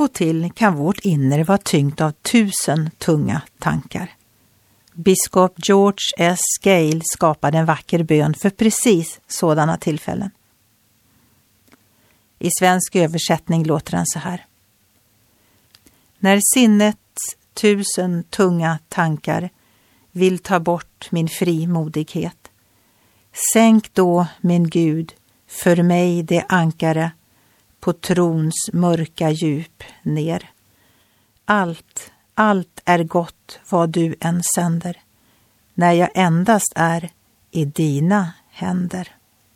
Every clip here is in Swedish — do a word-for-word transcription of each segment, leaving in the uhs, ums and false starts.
och till kan vårt inre vara tyngt av tusen tunga tankar. Biskop George S. Gale skapade en vacker bön för precis sådana tillfällen. I svensk översättning låter den så här. När sinnets tusen tunga tankar vill ta bort min frimodighet, sänk då, min Gud, för mig det ankare på trons mörka djup ner. Allt, allt är gott vad du än sänder, när jag endast är i dina händer.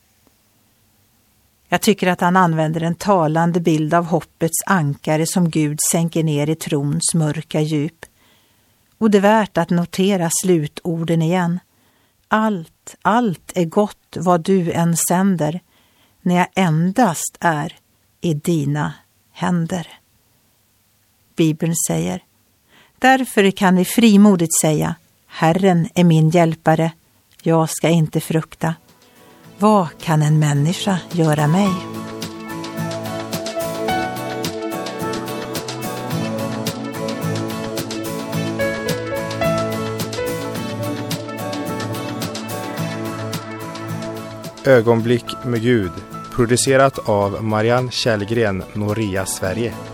Jag tycker att han använder en talande bild av hoppets ankare som Gud sänker ner i trons mörka djup. Och det är värt att notera slutorden igen. Allt, allt är gott vad du än sänder, när jag endast är i dina händer. Bibeln säger, därför kan vi frimodigt säga, Herren är min hjälpare, jag ska inte frukta. Vad kan en människa göra mig? Ögonblick med Gud, producerat av Marianne Källgren, Noria, Sverige.